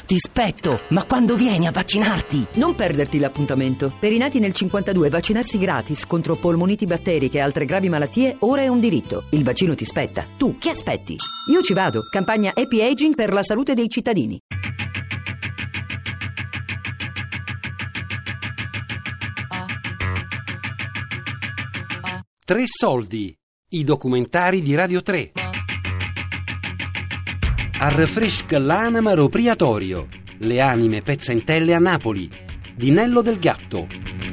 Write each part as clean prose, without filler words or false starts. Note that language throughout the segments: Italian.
ti spetto, ma quando vieni a vaccinarti? Non perderti l'appuntamento. Per i nati nel 52 vaccinarsi gratis contro polmoniti batteriche e altre gravi malattie ora è un diritto. Il vaccino ti spetta. Tu che aspetti? Io ci vado. Campagna Happy Aging per la salute dei cittadini. Tre soldi. I documentari di Radio 3. Arrefresca l'anima ropriatorio. Le anime pezzentelle a Napoli. Di Nello del Gatto.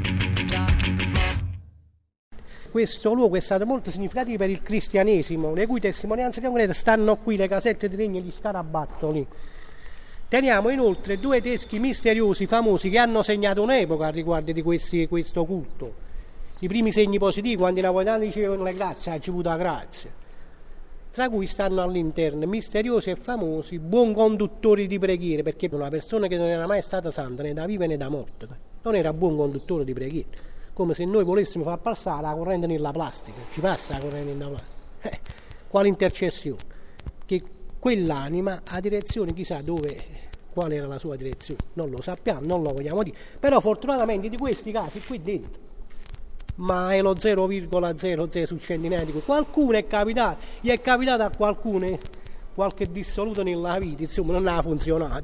Questo luogo è stato molto significativo per il cristianesimo, le cui testimonianze concrete stanno qui, le casette di legno e gli scarabattoli. Teniamo inoltre due teschi misteriosi, famosi, che hanno segnato un'epoca a riguardo di questo culto. I primi segni positivi, quando i napoletani dicevano le grazie, ha ricevuto la grazia. Tra cui stanno all'interno misteriosi e famosi buon conduttori di preghiere, perché una persona che non era mai stata santa né da viva né da morta non era buon conduttore di preghiere, come se noi volessimo far passare la corrente nella plastica, ci passa la corrente nella plastica. Quale intercessione? Che quell'anima ha direzione, chissà dove, qual era la sua direzione, non lo sappiamo, non lo vogliamo dire, però fortunatamente di questi casi qui dentro, ma è lo 0,00 su centinaia di qualcuno è capitato, gli è capitato a qualcuno qualche dissoluto nella vita, insomma non ha funzionato.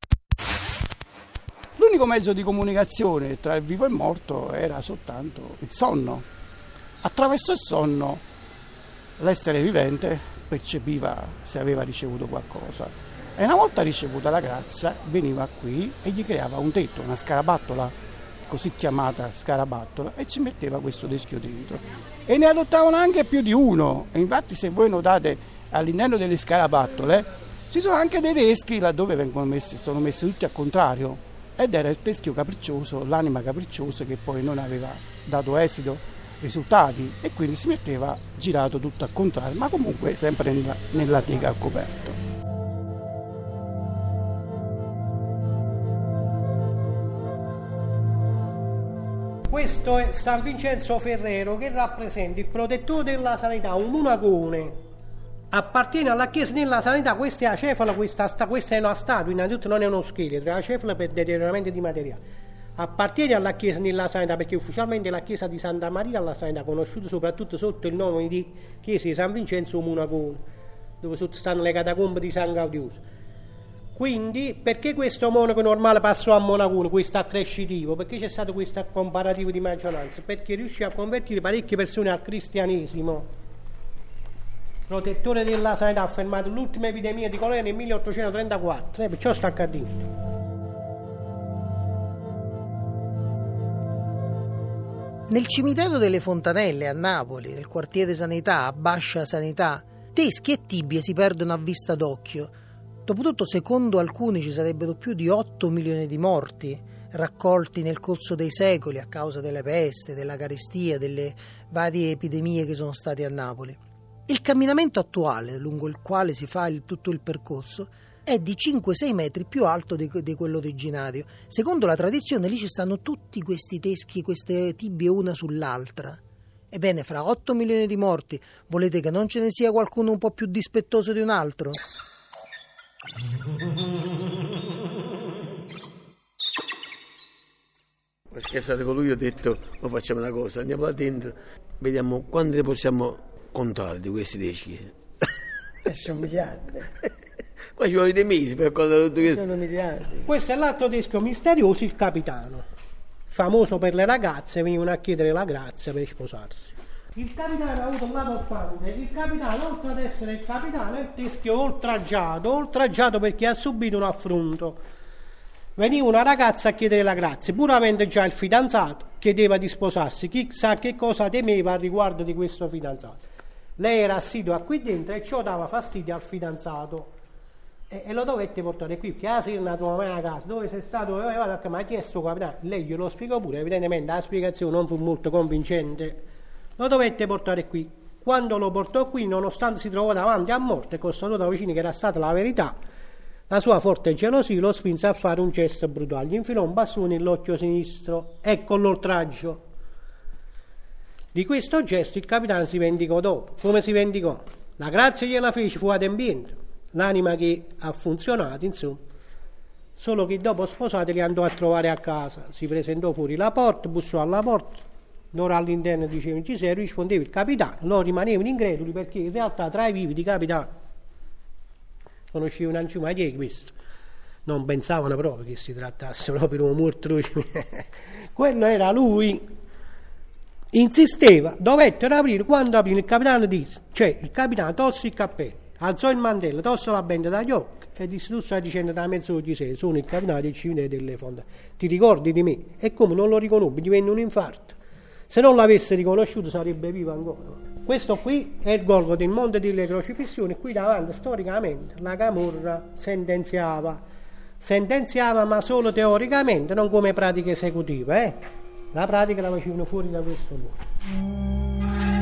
L'unico mezzo di comunicazione tra il vivo e il morto era soltanto il sonno. Attraverso il sonno l'essere vivente percepiva se aveva ricevuto qualcosa e una volta ricevuta la grazia veniva qui e gli creava un tetto, una scarabattola, così chiamata scarabattola, e ci metteva questo teschio dentro e ne adottavano anche più di uno. E infatti se voi notate all'interno delle scarabattole ci sono anche dei teschi laddove sono messi tutti al contrario, ed era il teschio capriccioso, l'anima capricciosa che poi non aveva dato esito, risultati, e quindi si metteva girato tutto al contrario, ma comunque sempre nella teca al coperto. Questo è San Vincenzo Ferrero, che rappresenta il protettore della sanità, un monacone. Appartiene alla Chiesa della Sanità. Questa è la cefala, questa è una statua, innanzitutto non è uno scheletro, è la cefala per deterioramento di materiale. Appartiene alla Chiesa della Sanità perché ufficialmente è la Chiesa di Santa Maria alla Sanità, conosciuta soprattutto sotto il nome di Chiesa di San Vincenzo Monacone, dove sotto stanno le catacombe di San Gaudioso. Quindi, perché questo monaco normale passò a monacone, questo accrescitivo? Perché c'è stato questo comparativo di maggioranza? Perché riuscì a convertire parecchie persone al cristianesimo. Protettore della sanità, ha fermato l'ultima epidemia di colera nel 1834, perciò sta accadendo. Nel cimitero delle Fontanelle a Napoli, nel quartiere Sanità, a Bascia Sanità, teschi e tibie si perdono a vista d'occhio. Dopotutto, secondo alcuni, ci sarebbero più di 8 milioni di morti raccolti nel corso dei secoli a causa della peste, della carestia, delle varie epidemie che sono state a Napoli. Il camminamento attuale, lungo il quale si fa tutto il percorso, è di 5-6 metri più alto di quello originario. Secondo la tradizione lì ci stanno tutti questi teschi, queste tibie una sull'altra. Ebbene, fra 8 milioni di morti, volete che non ce ne sia qualcuno un po' più dispettoso di un altro? Ho scherzato con lui, ho detto, lo facciamo una cosa, andiamo là dentro, vediamo quando ne possiamo contare di questi teschi. Sono miliardi. Qua ci vogliono dei mesi per contare tutto questo. Sono miliardi. Questo è l'altro teschio misterioso, il capitano, famoso per le ragazze, venivano a chiedere la grazia per sposarsi. Il capitano ha avuto un lato ottante. Il capitano, oltre ad essere il capitano, è il teschio oltraggiato perché ha subito un affronto. Veniva una ragazza a chiedere la grazia, puramente già il fidanzato chiedeva di sposarsi, chissà che cosa temeva al riguardo di questo fidanzato. Lei era assidua qui dentro e ciò dava fastidio al fidanzato e lo dovette portare qui, perché la sera non trova mai a casa, dove sei stato, ma ha chiesto capitano, lei glielo spiegò pure, evidentemente la spiegazione non fu molto convincente, lo dovette portare qui. Quando lo portò qui, nonostante si trovò davanti a morte e constatò da vicino che era stata la verità, la sua forte gelosia lo spinse a fare un gesto brutale, gli infilò un bastone nell'occhio sinistro, ecco l'oltraggio. Di questo gesto il capitano si vendicò dopo. Come si vendicò? La grazia gliela fece, fu adempiente. L'anima che ha funzionato, insomma, Solo che dopo sposati li andò a trovare a casa, si presentò fuori la porta, bussò alla porta, loro all'interno dicevano ci sei, rispondeva il capitano, loro rimanevano increduli perché in realtà tra i vivi di capitano conoscevano anche ma chi è questo? Non pensavano proprio che si trattasse proprio di un morto. Quello era lui. Insisteva, dovettero aprire. Quando aprì il capitano disse, cioè il capitano tolse il cappello, alzò il mantello, tosse la benda dagli occhi e disse tu stai dicendo da mezzo chi sei, sono il capitano del cimitero delle Fonte, ti ricordi di me? E come non lo riconobbi, divenne un infarto. Se non l'avesse riconosciuto sarebbe vivo ancora. Questo qui è il Golgota del Monte delle Crocifissioni. Qui davanti storicamente la Camorra sentenziava ma solo teoricamente, non come pratica esecutiva. La pratica la facevano fuori da questo luogo.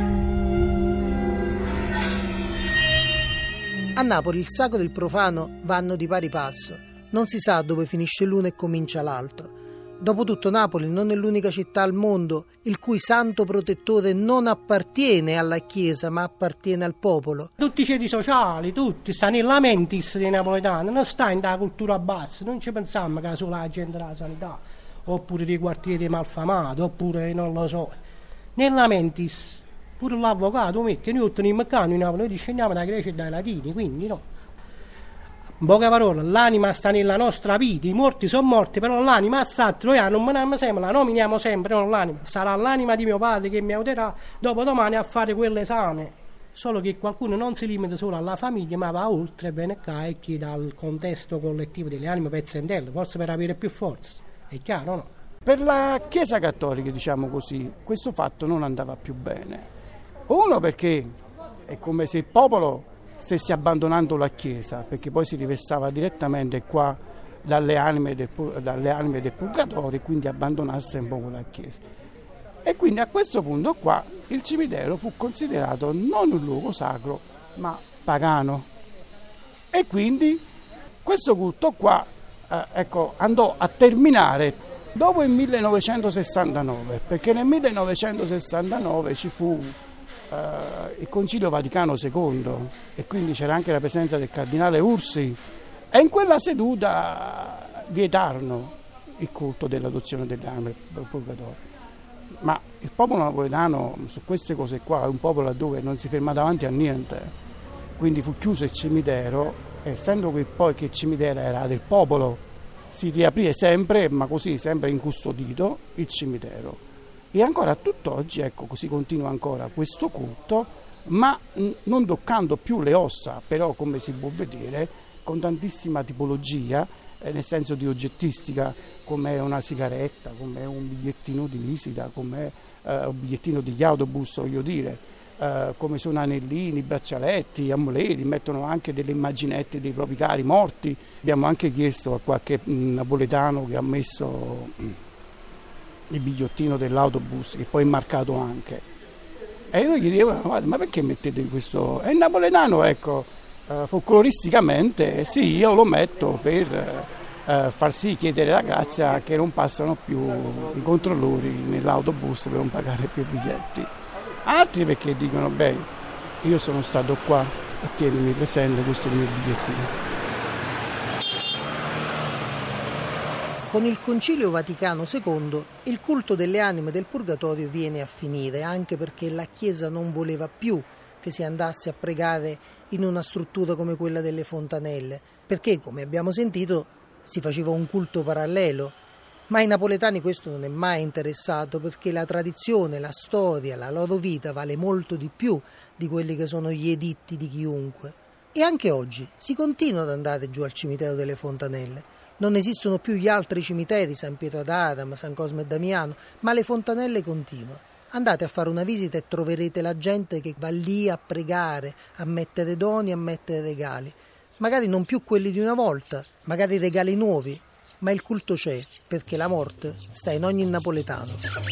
A Napoli il sacro e il profano vanno di pari passo. Non si sa dove finisce l'uno e comincia l'altro. Dopotutto Napoli non è l'unica città al mondo il cui santo protettore non appartiene alla Chiesa ma appartiene al popolo. Tutti i ceti sociali, tutti stanno in lamentis dei napoletani, non sta in da cultura bassa, non ci pensiamo che solo la gente della sanità, oppure dei quartieri malfamati, oppure non lo so. Nel lamentis, pure l'avvocato mette, noi otteniamo il canone in Napoli, noi discendiamo dai greci e dai latini, quindi no. In poche parole, l'anima sta nella nostra vita, i morti sono morti, però l'anima sta, noi non nominiamo sempre, la nominiamo sempre, non l'anima. Sarà l'anima di mio padre che mi aiuterà dopodomani a fare quell'esame. Solo che qualcuno non si limita solo alla famiglia, ma va oltre e viene qua e chiede al contesto collettivo delle anime pezzentelle, forse per avere più forza. È chiaro, no? Per la Chiesa Cattolica, diciamo così, questo fatto non andava più bene. Uno perché è come se il popolo stesse abbandonando la Chiesa, perché poi si riversava direttamente qua dalle anime del purgatorio e quindi abbandonasse un po' la Chiesa. E quindi a questo punto qua il cimitero fu considerato non un luogo sacro ma pagano. E quindi questo culto qua andò a terminare dopo il 1969, perché nel 1969 ci fu il Concilio Vaticano II e quindi c'era anche la presenza del cardinale Ursi e in quella seduta vietarono il culto dell'adozione delle anime del purgatorio. Ma il popolo napoletano su queste cose qua è un popolo dove non si ferma davanti a niente, quindi fu chiuso il cimitero, essendo che poi che il cimitero era del popolo si riaprì sempre, ma così sempre incustodito il cimitero. E ancora a tutt'oggi, si continua ancora questo culto, ma non toccando più le ossa, però come si può vedere, con tantissima tipologia, nel senso di oggettistica, come una sigaretta, come un bigliettino di visita, come un bigliettino di autobus, voglio dire, come sono anellini, braccialetti, amuleti, mettono anche delle immaginette dei propri cari morti. Abbiamo anche chiesto a qualche napoletano che ha messo il bigliettino dell'autobus, che poi è marcato anche, e io gli dicevo ma perché mettete questo? E il napoletano folcloristicamente sì, io lo metto per far sì chiedere la grazia che non passano più i controllori nell'autobus per non pagare più biglietti. Altri perché dicono io sono stato qua a tienimi presente questo mio bigliettino. Con il Concilio Vaticano II il culto delle anime del purgatorio viene a finire, anche perché la Chiesa non voleva più che si andasse a pregare in una struttura come quella delle fontanelle, perché, come abbiamo sentito, si faceva un culto parallelo. Ma ai napoletani questo non è mai interessato, perché la tradizione, la storia, la loro vita vale molto di più di quelli che sono gli editti di chiunque. E anche oggi si continua ad andare giù al cimitero delle fontanelle. Non esistono più gli altri cimiteri, San Pietro ad Adama, San Cosme e Damiano, ma le fontanelle continua. Andate a fare una visita e troverete la gente che va lì a pregare, a mettere doni, a mettere regali. Magari non più quelli di una volta, magari regali nuovi, ma il culto c'è, perché la morte sta in ogni napoletano.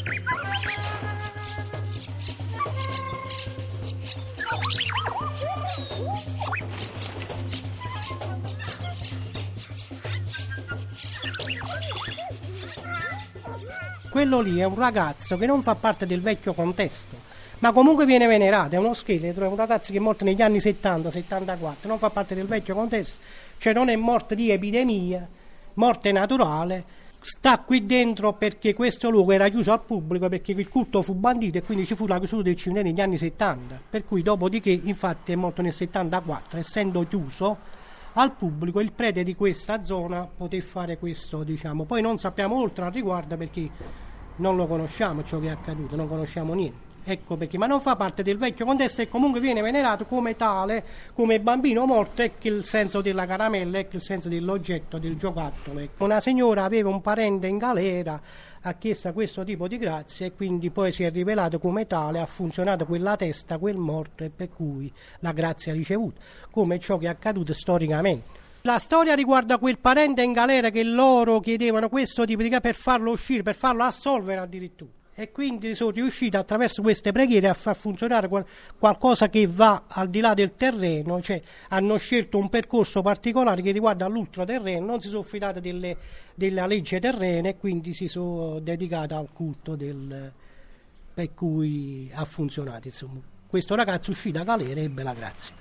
Quello lì è un ragazzo che non fa parte del vecchio contesto, ma comunque viene venerato, è uno scheletro, è un ragazzo che è morto negli anni 70-74, non fa parte del vecchio contesto, cioè non è morto di epidemia, morte naturale, sta qui dentro perché questo luogo era chiuso al pubblico perché il culto fu bandito e quindi ci fu la chiusura del cimitero negli anni 70, per cui dopodiché infatti è morto nel 74, essendo chiuso al pubblico il prete di questa zona poté fare questo, diciamo. Poi non sappiamo oltre al riguardo perché non lo conosciamo ciò che è accaduto, non conosciamo niente. Ecco perché, ma non fa parte del vecchio contesto e comunque viene venerato come tale, come bambino morto, ecco il senso della caramella, ecco il senso dell'oggetto, del giocattolo. Ecco. Una signora aveva un parente in galera, ha chiesto questo tipo di grazia e quindi poi si è rivelato come tale, ha funzionato quella testa, quel morto e per cui la grazia ricevuta, come ciò che è accaduto storicamente. La storia riguarda quel parente in galera che loro chiedevano questo tipo di grazia per farlo uscire, per farlo assolvere addirittura. E quindi sono riusciti attraverso queste preghiere a far funzionare qualcosa che va al di là del terreno, cioè hanno scelto un percorso particolare che riguarda l'ultraterreno, non si sono fidati della legge terrena e quindi si sono dedicati al culto per cui ha funzionato. Insomma. Questo ragazzo uscì da galera e ebbe la grazia.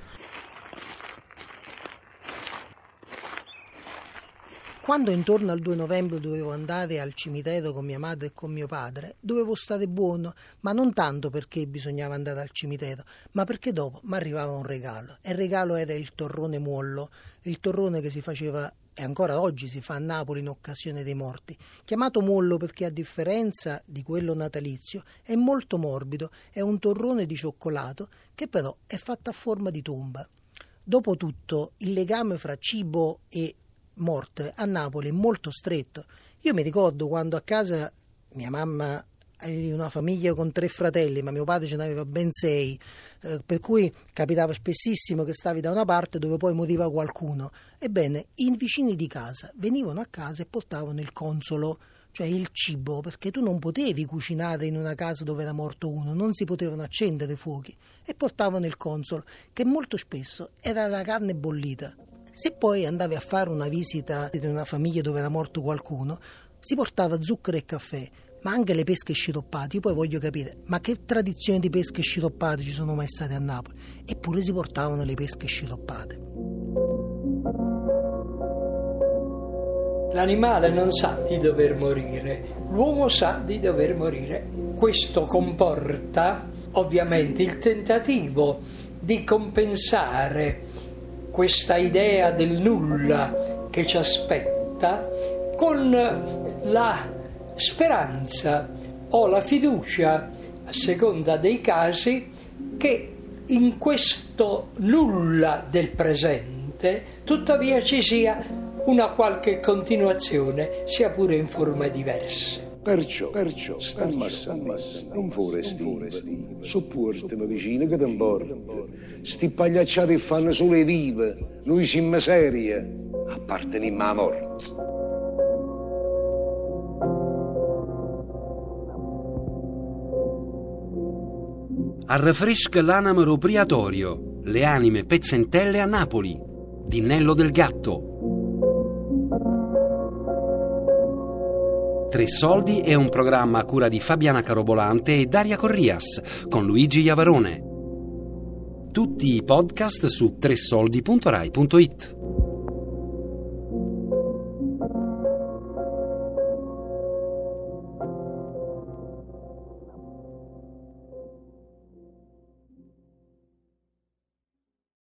Quando intorno al 2 novembre dovevo andare al cimitero con mia madre e con mio padre, dovevo stare buono, ma non tanto perché bisognava andare al cimitero, ma perché dopo mi arrivava un regalo. E il regalo era il torrone muollo, il torrone che si faceva e ancora oggi si fa a Napoli in occasione dei morti, chiamato muollo perché a differenza di quello natalizio è molto morbido, è un torrone di cioccolato che però è fatto a forma di tomba. Dopotutto il legame fra cibo e morte a Napoli è molto stretto. Io mi ricordo quando a casa mia mamma aveva una famiglia con 3 fratelli, ma mio padre ce n'aveva ben 6, per cui capitava spessissimo che stavi da una parte dove poi moriva qualcuno. Ebbene, i vicini di casa venivano a casa e portavano il consolo, cioè il cibo, perché tu non potevi cucinare in una casa dove era morto uno, non si potevano accendere fuochi, e portavano il consolo, che molto spesso era la carne bollita. Se poi andavi a fare una visita in una famiglia dove era morto qualcuno, si portava zucchero e caffè, ma anche le pesche sciroppate. Io poi voglio capire, ma che tradizioni di pesche sciroppate ci sono mai state a Napoli? Eppure si portavano le pesche sciroppate. L'animale non sa di dover morire, l'uomo sa di dover morire. Questo comporta ovviamente il tentativo di compensare questa idea del nulla che ci aspetta con la speranza o la fiducia, a seconda dei casi, che in questo nulla del presente tuttavia ci sia una qualche continuazione, sia pure in forme diverse. Perciò, sta ammassando, non foresti, sopportami vicino che ti porta. Sti pagliacciati fanno solo le vive, noi siamo serie, apparteniamo alla morte. Arrefresca l'anima ropriatorio, le anime pezzentelle a Napoli, di Nello del Gatto. 3 soldi è un programma a cura di Fabiana Carobolante e Daria Corrias, con Luigi Iavarone. Tutti i podcast su 3soldi.rai.it.